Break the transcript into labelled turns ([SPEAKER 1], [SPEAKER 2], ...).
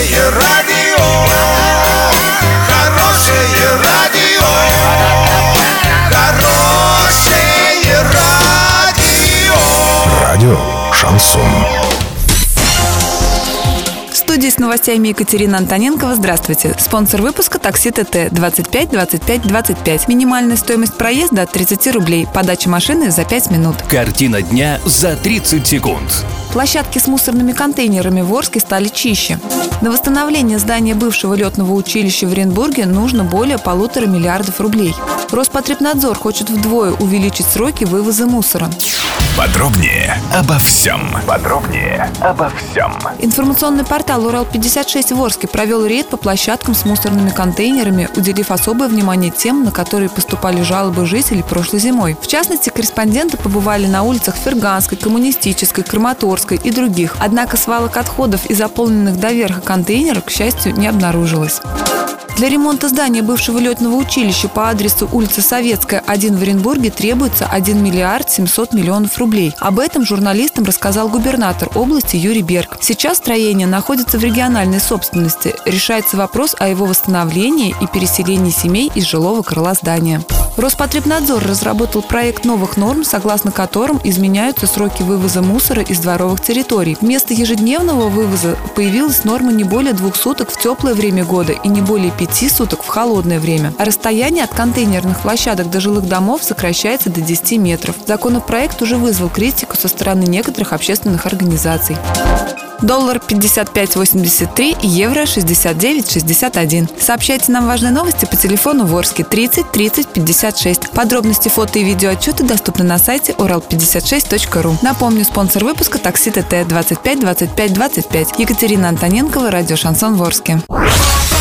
[SPEAKER 1] Хорошее радио, хорошее радио, хорошее радио.
[SPEAKER 2] Радио «Шансон».
[SPEAKER 3] В студии с новостями Екатерина Антоненкова. Здравствуйте. Спонсор выпуска «Такси ТТ» 25 25 25. Минимальная стоимость проезда от 30 рублей. Подача машины за 5 минут.
[SPEAKER 4] Картина дня за 30 секунд.
[SPEAKER 3] Площадки с мусорными контейнерами в Орске стали чище. На восстановление здания бывшего летного училища в Оренбурге нужно более 1,5 миллиарда рублей. Роспотребнадзор хочет вдвое увеличить сроки вывоза мусора.
[SPEAKER 2] Подробнее обо всем.
[SPEAKER 3] Информационный портал «Урал-56» в Орске провел рейд по площадкам с мусорными контейнерами, уделив особое внимание тем, на которые поступали жалобы жителей прошлой зимой. В частности, корреспонденты побывали на улицах Ферганской, Коммунистической, Краматорской и других. Однако свалок отходов и заполненных до верха контейнеров, к счастью, не обнаружилось. Для ремонта здания бывшего летного училища по адресу улица Советская, 1 в Оренбурге требуется 1 миллиард 700 миллионов рублей. Об этом журналистам рассказал губернатор области Юрий Берг. Сейчас строение находится в региональной собственности. Решается вопрос о его восстановлении и переселении семей из жилого крыла здания. Роспотребнадзор разработал проект новых норм, согласно которым изменяются сроки вывоза мусора из дворовых территорий. Вместо ежедневного вывоза появилась норма не более 2 суток в теплое время года и не более 5 суток в холодное время. А расстояние от контейнерных площадок до жилых домов сокращается до 10 метров. Законопроект уже вызвал критику со стороны некоторых общественных организаций. Доллар 55.83, евро 69.61. Сообщайте нам важные новости по телефону в Орске 30 30 56. Подробности, фото и видеоотчеты доступны на сайте ural56.ru. Напомню, спонсор выпуска «Такси ТТ» 25 25 25. Екатерина Антоненкова, радио «Шансон» в Орске.